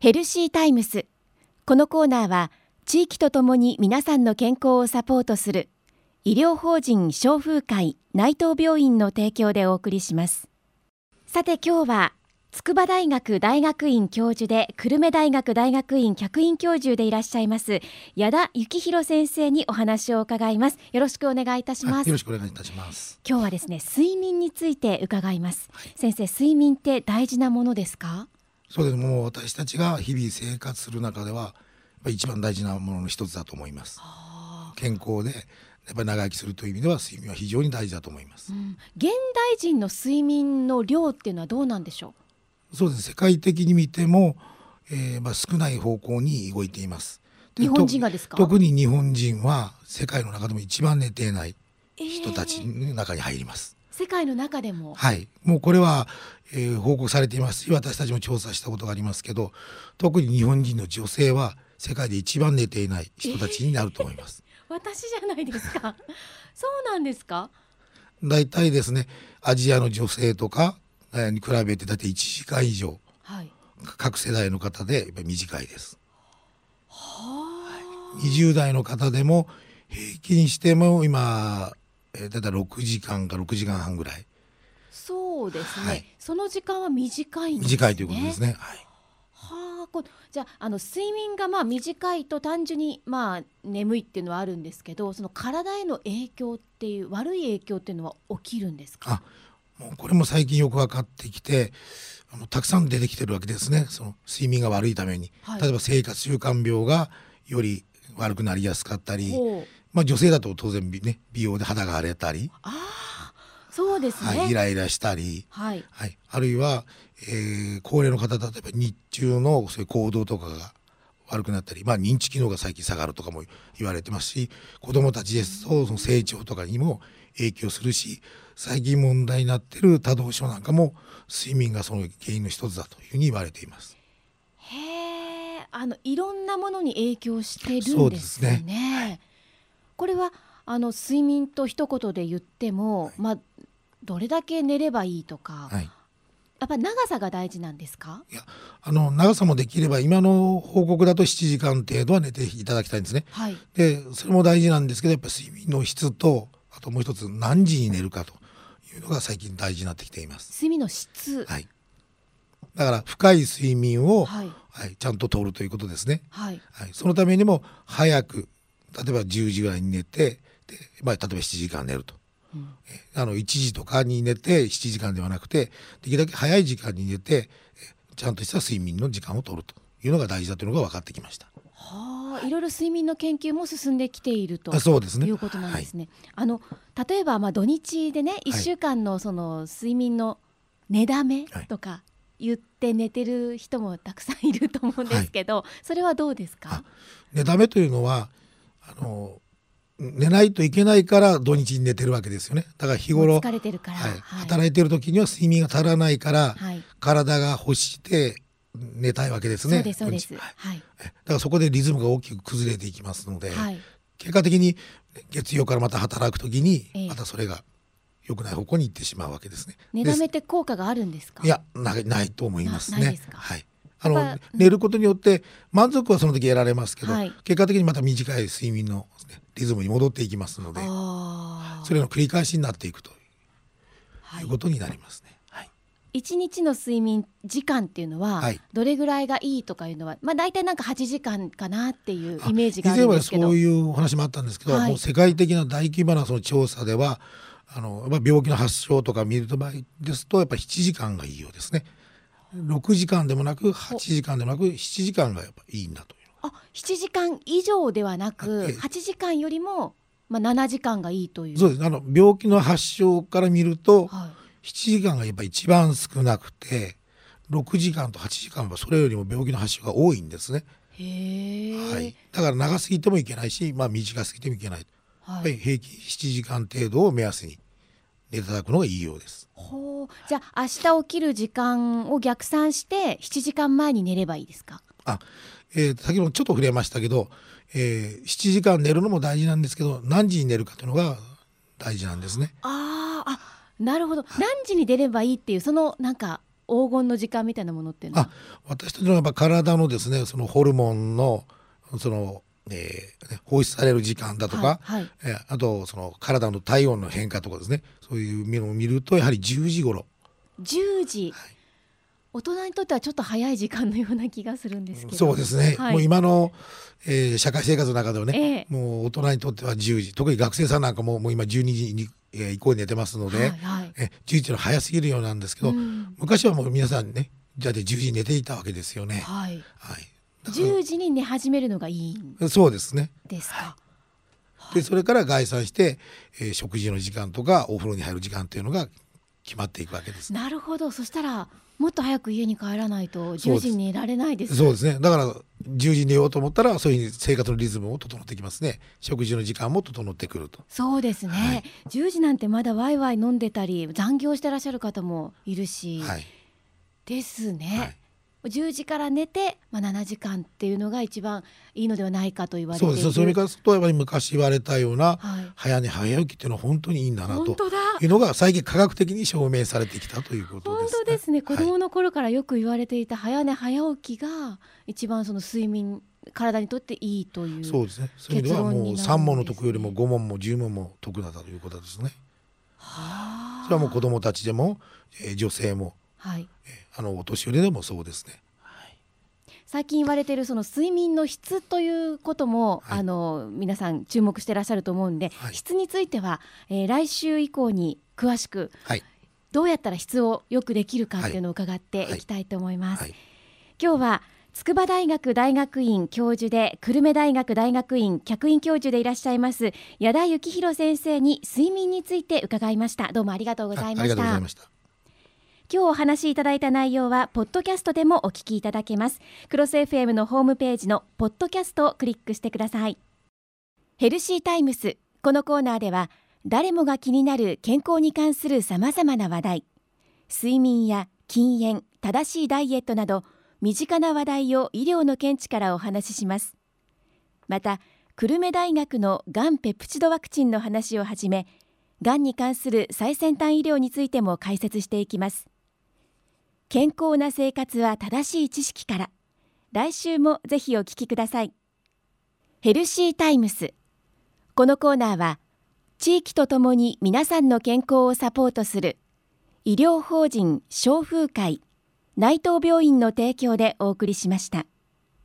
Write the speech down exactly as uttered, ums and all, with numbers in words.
ヘルシータイムス。このコーナーは地域とともに皆さんの健康をサポートする医療法人消風会内藤病院の提供でお送りします。さて今日は筑波大学大学院教授で久留米大学大学院客員教授でいらっしゃいます矢田幸弘先生にお話を伺います。よろしくお願いいたします。 よろしくお願いいたします。 今日はですね、睡眠について伺います、 はい、 先生、睡眠って大事なものですか？ そうです。もう私たちが日々生活する中ではやっぱり一番大事なものの一つだと思います。健康でやっぱり長生きするという意味では睡眠は非常に大事だと思います、 うん、現代人の睡眠の量っていうのはどうなんでしょう？そうです。世界的に見ても、えーまあ、少ない方向に動いています。 日本人がですか？ 特に日本人は世界の中でも一番寝ていない人たちの中に入ります、 えー、世界の中でも？ はい、もうこれは、えー、報告されていますし、私たちも調査したことがありますけど、特に日本人の女性は世界で一番寝ていない人たちになると思います、 えー、私じゃないですかそうなんですか？ だいたいですね、アジアの女性とかに比べてだいたいいちじかん以上、はい、各世代の方でやっぱり短いです。はあ、にじゅう代の方でも平均しても今えー、だいたいろくじかんかろくじかんはんぐらい。 そうですね、 はい、 その時間は短いんですね。 短いということですね。はい、 はあ、こじゃあ、あの睡眠がまあ短いと単純にまあ眠いっていうのはあるんですけど、その体への影響っていう悪い影響っていうのは起きるんですか？ あ、もうこれも最近よく分かってきて、あのたくさん出てきてるわけですね。その睡眠が悪いために、はい、例えば生活習慣病がより悪くなりやすかったり、まあ、女性だと当然 美,、ね、美容で肌が荒れたり、 あそうですね、 はい、イライラしたり、 はいはい、あるいは、えー、高齢の方だとやっぱり日中のそういう行動とかが悪くなったり、まあ、認知機能が最近下がるとかも言われてますし、子どもたちですとその成長とかにも影響するし、最近問題になっている多動症なんかも睡眠がその原因の一つだというふうに言われています。 へー、あのいろんなものに影響してるんですね。 そうですね、はい、 これはあの睡眠と一言で言っても、はい、まあ、どれだけ寝ればいいとか、はい、やっぱり長さが大事なんですか？ いや、あの長さもできれば今の報告だとしちじかん程度は寝ていただきたいんですね、はい、でそれも大事なんですけど、やっぱり睡眠の質と、あともう一つ何時に寝るかというのが最近大事になってきています。 睡眠の質、 はい、だから深い睡眠を、はいはい、ちゃんととるということですね、はいはい、そのためにも早く、例えばじゅうじぐらいに寝て、で、まあ、例えばしちじかん寝ると、うん、あのいちじとかに寝てしちじかんではなくて、できるだけ早い時間に寝てちゃんとした睡眠の時間を取るというのが大事だというのが分かってきました。 はあ、いろいろ睡眠の研究も進んできていると、 そうですね、 いうことなんですね、はい、あの例えばまあ土日でね、いっしゅうかんのその睡眠の寝だめとか言って寝てる人もたくさんいると思うんですけど、はい、それはどうですか？ 寝だめというのはあの寝ないといけないから土日に寝てるわけですよね。だから日頃疲れてるから、 はいはい、働いてる時には睡眠が足らないから、はい、体が欲して寝たいわけですね。 そうですそうです、はいはい、だからそこでリズムが大きく崩れていきますので、はい、結果的に月曜からまた働く時にまたそれが良くない方向に行ってしまうわけですね。 寝だめって効果があるんですか？ いや、な、ないと思いますね。 ないですか？ はい、あの、うん、寝ることによって満足はその時得られますけど、はい、結果的にまた短い睡眠の、ね、リズムに戻っていきますので、それの繰り返しになっていくということになりますね。はい、 いちにちの睡眠時間っていうのはどれぐらいがいいとかいうのは、まあ、大体なんかはちじかんかなっていうイメージがあるんですけど、 以前はそういうお話もあったんですけど、はい、もう世界的な大規模なその調査ではあの病気の発症とか見る場合ですとやっぱりななじかんがいいようですね。ろくじかんでもなくはちじかんでもなくななじかんがやっぱいいんだという。 あ、ななじかん以上ではなくはちじかんよりもまあななじかんがいいという。 そうです。あの病気の発症から見ると、はい、ななじかんがやっぱり一番少なくて、ろくじかんとはちじかんはそれよりも病気の発症が多いんですね。 へー、 はい、だから長すぎてもいけないし、まあ、短すぎてもいけない、はい、やっぱり平均ななじかん程度を目安に寝ていただくのがいいようです。 ほう、じゃあ明日起きる時間を逆算してななじかんまえに寝ればいいですか？ あ、えー、先ほどちょっと触れましたけど、えー、ななじかん寝るのも大事なんですけど、何時に寝るかというのが大事なんですね。 あーあ、なるほど、はい、何時に出ればいいっていうそのなんか黄金の時間みたいなものっていうのは。 あ、私たちのやっぱ体のですね、そのホルモンのその、えー、放出される時間だとか、はいはい、えー、あとその体の体温の変化とかですね、そういうのを見るとやはりじゅうじ頃。 じゅうじ、はい、大人にとってはちょっと早い時間のような気がするんですけど。 そうですね、はい、もう今の、えー、社会生活の中ではね、えー、もう大人にとってはじゅうじ、特に学生さんなんかももう今じゅうにじに以降に寝てますので、はいはい、えじゅうじの早すぎるようなんですけど、うん、昔はもう皆さんね、じゃあでじゅうじに寝ていたわけですよね。はいはい、 じゅうじに寝始めるのがいいんそうですね。 ですか。 はい、でそれから概算して、えー、食事の時間とかお風呂に入る時間というのが決まっていくわけです。 なるほど。そしたらもっと早く家に帰らないとじゅうじに寝られないです。 そうですね。だからじゅうじに寝ようと思ったらそういう生活のリズムも整ってきますね。食事の時間も整ってくると。 そうですね、はい、じゅうじなんてまだワイワイ飲んでたり残業してらっしゃる方もいるし、はい、ですね、はい、じゅうじから寝て、まあ、ななじかんっていうのが一番いいのではないかと言われている。 そうです。それからするとやっぱり昔言われたような、はい、早寝早起きっていうのは本当にいいんだなというのが最近科学的に証明されてきたということですね。 本当ですね。子どもの頃からよく言われていた早寝早起きが一番その睡眠体にとっていいという結論になるんですね。 そうですね。そういう意味ではもうさん問の得よりもご問もじゅう問も得だということですね。はあ、それはもう子どもたちでも、えー、女性も、はい、えー、あのお年寄りでもそうですね。 最近言われているその睡眠の質ということも、はい、あの皆さん注目していらっしゃると思うんで、はい、質については、えー、来週以降に詳しく、はい、どうやったら質をよくできるかっていうのを伺っていきたいと思います。はいはい、今日は筑波大学大学院教授で久留米大学大学院客員教授でいらっしゃいます矢田幸弘先生に睡眠について伺いました。どうもありがとうございました。ありがとうございました。今日お話しいただいた内容はポッドキャストでもお聞きいただけます。クロス エフエム のホームページのポッドキャストをクリックしてください。ヘルシータイムス、このコーナーでは誰もが気になる健康に関するさまざまな話題、睡眠や禁煙、正しいダイエットなど身近な話題を医療の見地からお話しします。また久留米大学のがんペプチドワクチンの話をはじめ、がんに関する最先端医療についても解説していきます。健康な生活は正しい知識から。来週もぜひお聞きください。ヘルシータイムス、このコーナーは地域とともに皆さんの健康をサポートする医療法人消風会内藤病院の提供でお送りしました。